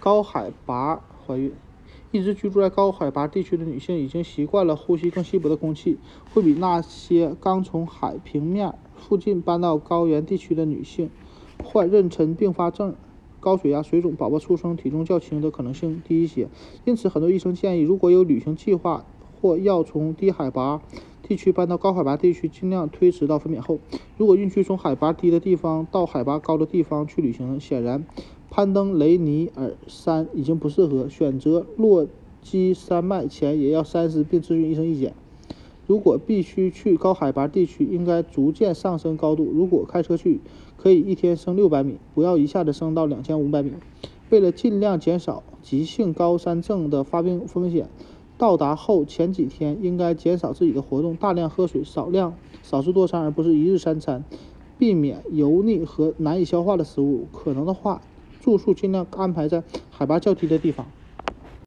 高海拔怀孕。一直居住在高海拔地区的女性已经习惯了呼吸更稀薄的空气，会比那些刚从海平面附近搬到高原地区的女性患妊娠并发症、高血压、水肿、宝宝出生体重较轻的可能性低一些。因此，很多医生建议，如果有旅行计划或要从低海拔地区搬到高海拔地区，尽量推迟到分娩后。如果孕区从海拔低的地方到海拔高的地方去旅行，显然攀登雷尼尔山已经不适合，选择落基山脉前也要三思并咨询医生意见。如果必须去高海拔地区，应该逐渐上升高度。如果开车去，可以一天升600米，不要一下子升到2500米。为了尽量减少急性高山症的发病风险，到达后前几天应该减少自己的活动，大量喝水，少吃多餐，而不是一日3餐，避免油腻和难以消化的食物。可能的话，住宿尽量安排在海拔较低的地方。